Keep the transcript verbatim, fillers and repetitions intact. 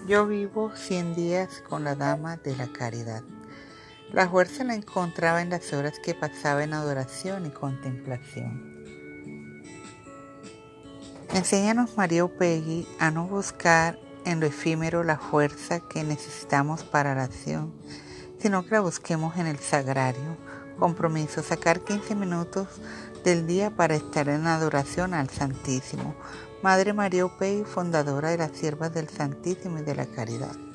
Yo vivo cien días con la Dama de la Caridad. La fuerza la encontraba en las horas que pasaba en adoración y contemplación. Enséñanos, María Upegui, a no buscar en lo efímero la fuerza que necesitamos para la acción, sino que la busquemos en el sagrario. Compromiso: sacar quince minutos del día para estar en adoración al Santísimo. Madre María Upegui, fundadora de las Siervas del Santísimo y de la Caridad.